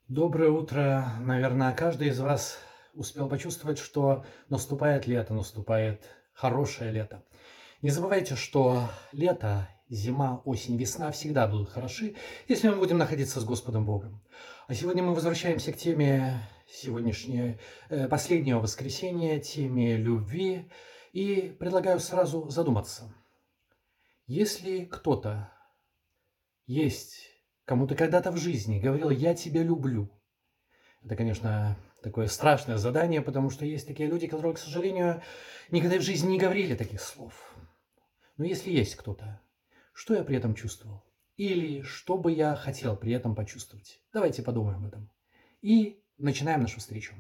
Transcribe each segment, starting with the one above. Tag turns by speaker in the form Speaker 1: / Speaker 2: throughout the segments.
Speaker 1: Доброе утро. Наверное, каждый из вас успел почувствовать, что наступает лето, наступает хорошее лето. Не забывайте, что лето, зима, осень, весна всегда будут хороши, если мы будем находиться с Господом Богом. А сегодня мы возвращаемся к теме последнего воскресенья, теме любви, и предлагаю сразу задуматься. Если кто-то есть, кому ты когда-то в жизни говорил «я тебя люблю», это, конечно, такое страшное задание, потому что есть такие люди, которые, к сожалению, никогда в жизни не говорили таких слов. Но если есть кто-то, что я при этом чувствовал? Или что бы я хотел при этом почувствовать? Давайте подумаем об этом. И начинаем нашу встречу.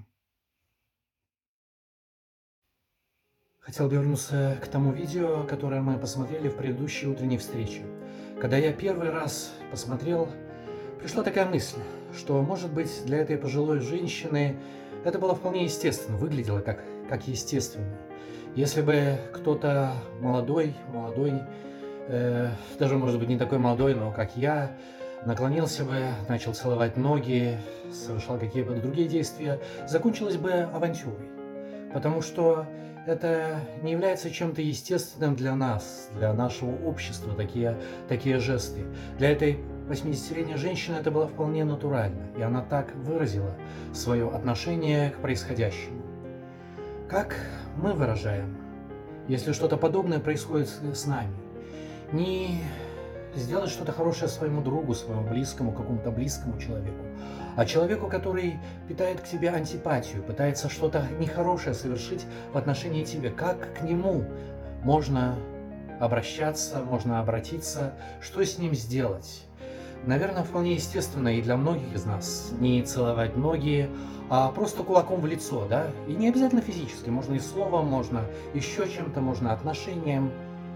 Speaker 1: Хотел бы вернуться к тому видео, которое мы посмотрели в предыдущей утренней встрече. Когда я первый раз посмотрел, пришла такая мысль, что, может быть, для этой пожилой женщины это было вполне естественно, выглядело как естественно. Если бы кто-то молодой, даже, может быть, не такой молодой, но как я, наклонился бы, начал целовать ноги, совершал какие-то другие действия, закончилось бы авантюрой. Потому что это не является чем-то естественным для нас, для нашего общества, такие жесты. Для этой 80-летней женщины это было вполне натурально, и она так выразила свое отношение к происходящему. Как мы выражаем, если что-то подобное происходит с нами? Не сделать что-то хорошее своему другу, своему близкому, какому-то близкому человеку, а человеку, который питает к тебе антипатию, пытается что-то нехорошее совершить в отношении тебя. Как к нему можно обращаться, можно обратиться, что с ним сделать? Наверное, вполне естественно и для многих из нас не целовать ноги, а просто кулаком в лицо, да? И не обязательно физически, можно и словом, можно еще чем-то, можно отношением.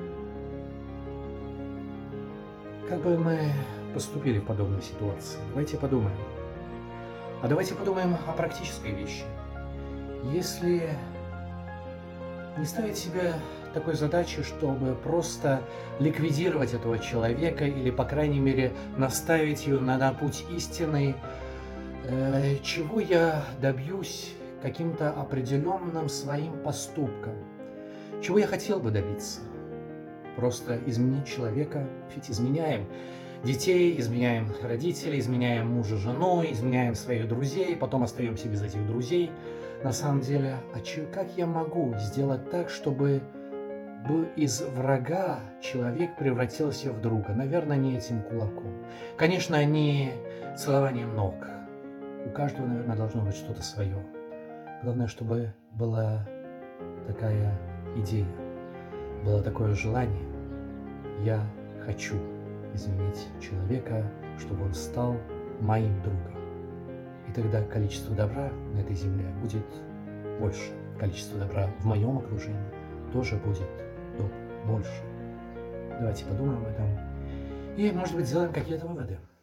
Speaker 1: Как бы мы поступили в подобной ситуации? Давайте подумаем. А давайте подумаем о практической вещи. Если не ставить себе такой задачи, чтобы просто ликвидировать этого человека или, по крайней мере, наставить его на путь истины, чего я добьюсь каким-то определенным своим поступком? Чего я хотел бы добиться? Просто изменить человека, ведь изменяем детей, изменяем родителей, изменяем мужа, жену, изменяем своих друзей, потом остаемся без этих друзей. На самом деле, как я могу сделать так, чтобы из врага человек превратился в друга? Наверное, не этим кулаком. Конечно, не целованием ног. У каждого, наверное, должно быть что-то свое. Главное, чтобы была такая идея, было такое желание. Я хочу изменить человека, чтобы он стал моим другом. И тогда количество добра на этой земле будет больше. Количество добра в моем окружении тоже будет больше. Давайте подумаем об этом и, может быть, сделаем какие-то выводы.